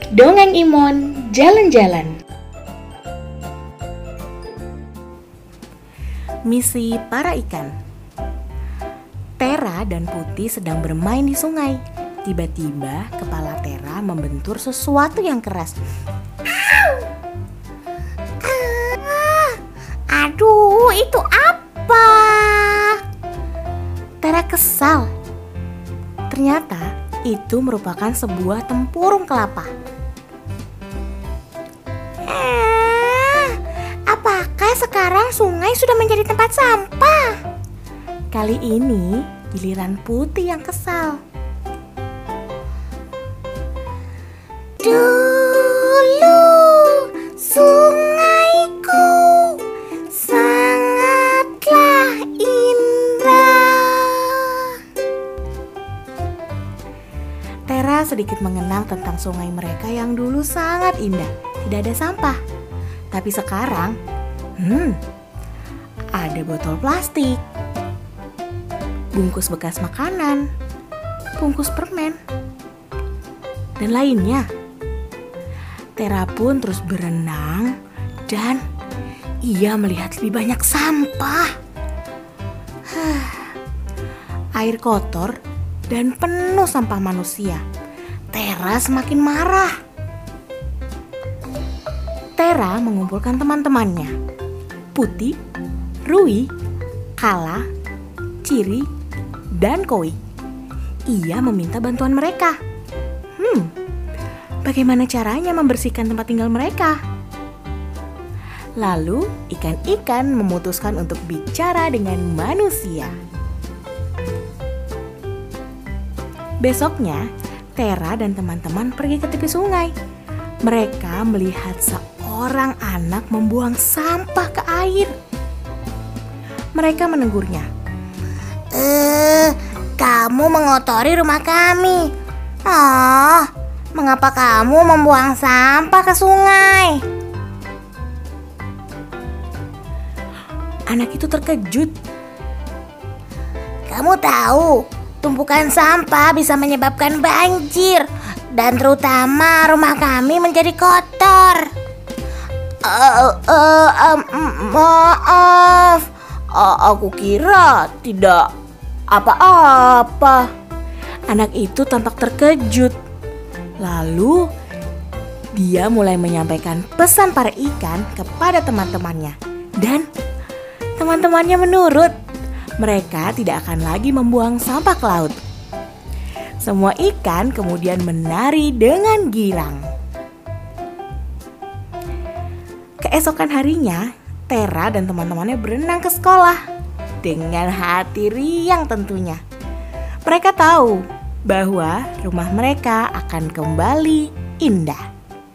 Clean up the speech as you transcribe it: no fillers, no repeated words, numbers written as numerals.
Dongeng Imon Jalan-Jalan. Misi para ikan. Tera dan Putih sedang bermain di sungai. Tiba-tiba kepala Tera membentur sesuatu yang keras. Aduh, itu apa? Tera kesal. Ternyata itu merupakan sebuah tempurung kelapa. Apakah sekarang sungai sudah menjadi tempat sampah? Kali ini giliran Putih yang kesal. Dulu sungaiku sangatlah indah. Tera sedikit mengenang tentang sungai mereka yang dulu sangat indah, tidak ada sampah. Tapi sekarang, ada botol plastik, bungkus bekas makanan, bungkus permen, dan lainnya. Tera pun terus berenang dan ia melihat lebih banyak sampah. Air kotor dan penuh sampah manusia. Tera semakin marah. Tera mengumpulkan teman-temannya, Putih, Rui, Kala, Ciri, dan Koi. Ia meminta bantuan mereka. Bagaimana caranya membersihkan tempat tinggal mereka? Lalu ikan-ikan memutuskan untuk bicara dengan manusia. Besoknya, Tera dan teman-teman pergi ke tepi sungai. Mereka melihat seorang anak membuang sampah ke air. Mereka menegurnya. Kamu mengotori rumah kami. Mengapa kamu membuang sampah ke sungai? Anak itu terkejut. Kamu tahu, tumpukan sampah bisa menyebabkan banjir, dan terutama rumah kami menjadi kotor. Maaf, aku kira tidak apa-apa. Anak itu tampak terkejut. Lalu dia mulai menyampaikan pesan para ikan kepada teman-temannya. Dan teman-temannya menurut. Mereka tidak akan lagi membuang sampah ke laut. Semua ikan kemudian menari dengan girang. Keesokan harinya, Tera dan teman-temannya berenang ke sekolah dengan hati riang tentunya. Mereka tahu bahwa rumah mereka akan kembali indah.